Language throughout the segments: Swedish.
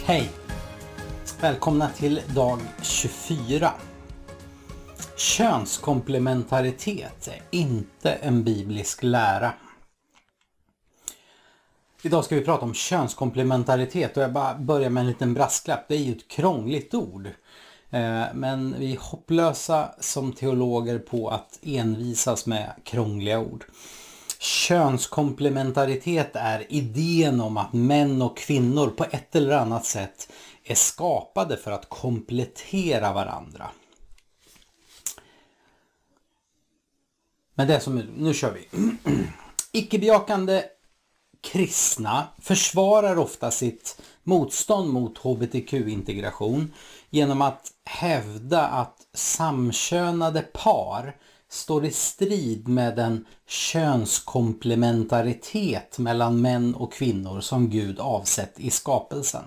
Hej! Välkomna till dag 24. Könskomplementaritet är inte en biblisk lära. Idag ska vi prata om könskomplementaritet och jag bara börjar med en liten brasklapp. Det är ju ett krångligt ord. Men vi är hopplösa som teologer på att envisas med krångliga ord. Könskomplementaritet är idén om att män och kvinnor på ett eller annat sätt är skapade för att komplettera varandra. Men det som nu kör vi. Icke-bejakande kristna försvarar ofta sitt motstånd mot hbtq-integration genom att hävda att samkönade par står i strid med den könskomplementaritet mellan män och kvinnor som Gud avsett i skapelsen.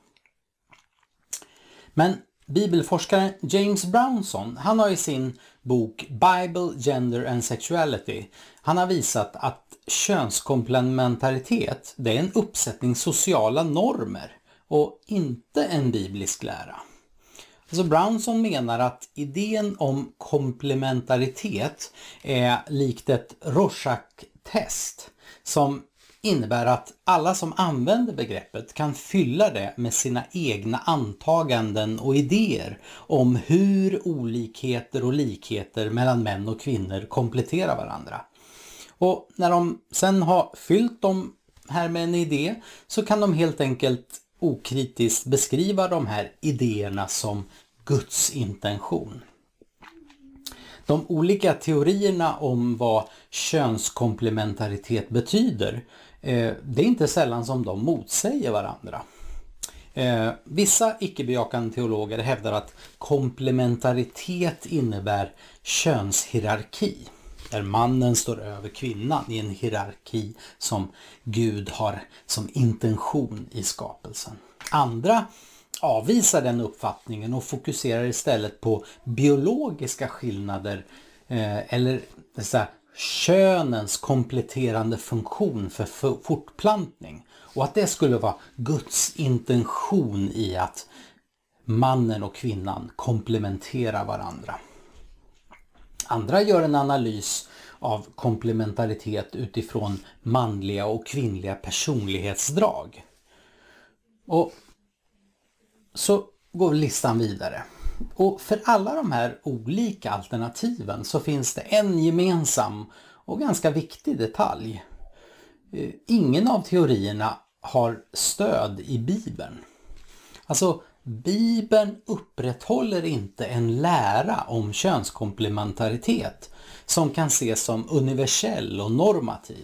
Men bibelforskaren James Brownson, han har i sin bok Bible, Gender and Sexuality, han har visat att könskomplementaritet, det är en uppsättning sociala normer och inte en biblisk lära. Alltså Brownson menar att idén om komplementaritet är likt ett Rorschach-test som innebär att alla som använder begreppet kan fylla det med sina egna antaganden och idéer om hur olikheter och likheter mellan män och kvinnor kompletterar varandra. Och när de sen har fyllt dem här med en idé så kan de helt enkelt okritiskt beskriva de här idéerna som Guds intention. De olika teorierna om vad könskomplementaritet betyder, det är inte sällan som de motsäger varandra. Vissa icke-bejakande teologer hävdar att komplementaritet innebär könshierarki, där mannen står över kvinnan i en hierarki som Gud har som intention i skapelsen. Andra avvisar den uppfattningen och fokuserar istället på biologiska skillnader eller könens kompletterande funktion för fortplantning. Och att det skulle vara Guds intention i att mannen och kvinnan komplementerar varandra. Andra gör en analys av komplementaritet utifrån manliga och kvinnliga personlighetsdrag. Och så går listan vidare. Och för alla de här olika alternativen så finns det en gemensam och ganska viktig detalj. Ingen av teorierna har stöd i Bibeln. Alltså Bibeln upprätthåller inte en lära om könskomplementaritet som kan ses som universell och normativ.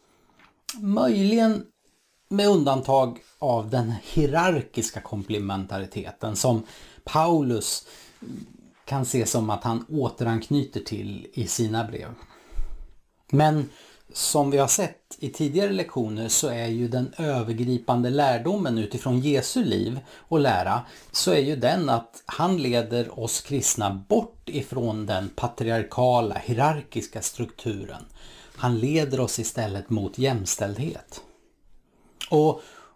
Möjligen med undantag av den hierarkiska komplementariteten som Paulus kan se som att han återanknyter till i sina brev. Men som vi har sett i tidigare lektioner så är ju den övergripande lärdomen utifrån Jesu liv och lära så är ju den att han leder oss kristna bort ifrån den patriarkala hierarkiska strukturen. Han leder oss istället mot jämställdhet. Och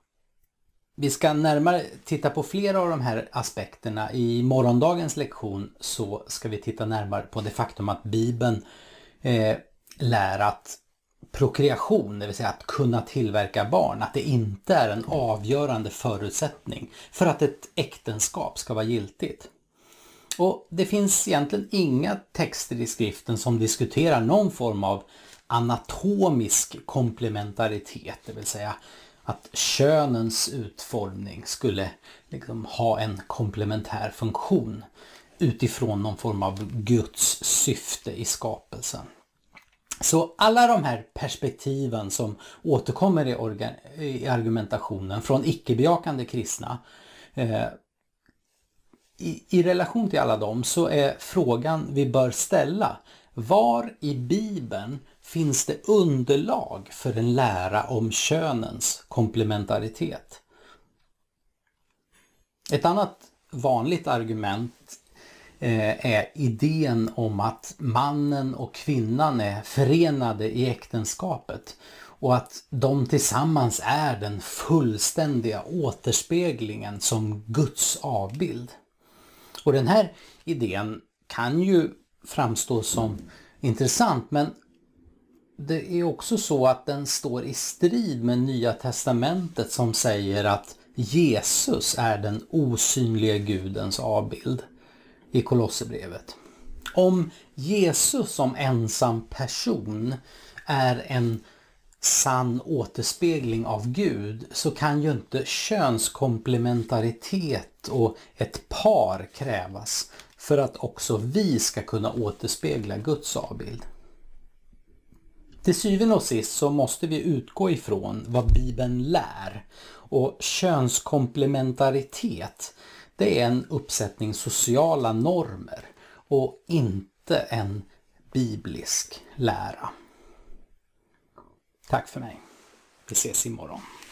vi ska närmare titta på flera av de här aspekterna. I morgondagens lektion så ska vi titta närmare på det faktum att Bibeln lär att prokreation, det vill säga att kunna tillverka barn, att det inte är en avgörande förutsättning för att ett äktenskap ska vara giltigt. Och det finns egentligen inga texter i skriften som diskuterar någon form av anatomisk komplementaritet, det vill säga att könens utformning skulle ha en komplementär funktion utifrån någon form av Guds syfte i skapelsen. Så alla de här perspektiven som återkommer i argumentationen från icke-bejakande kristna, i relation till alla dem så är frågan vi bör ställa: var i Bibeln finns det underlag för en lära om könens komplementaritet? Ett annat vanligt argument är idén om att mannen och kvinnan är förenade i äktenskapet och att de tillsammans är den fullständiga återspeglingen som Guds avbild. Och den här idén kan ju framstå som intressant, men det är också så att den står i strid med Nya testamentet som säger att Jesus är den osynliga Gudens avbild i Kolosserbrevet. Om Jesus som ensam person är en sann återspegling av Gud, så kan ju inte könskomplementaritet och ett par krävas för att också vi ska kunna återspegla Guds avbild. Till syvende och sist så måste vi utgå ifrån vad Bibeln lär, och könskomplementaritet, det är en uppsättning sociala normer och inte en biblisk lära. Tack för mig. Vi ses imorgon.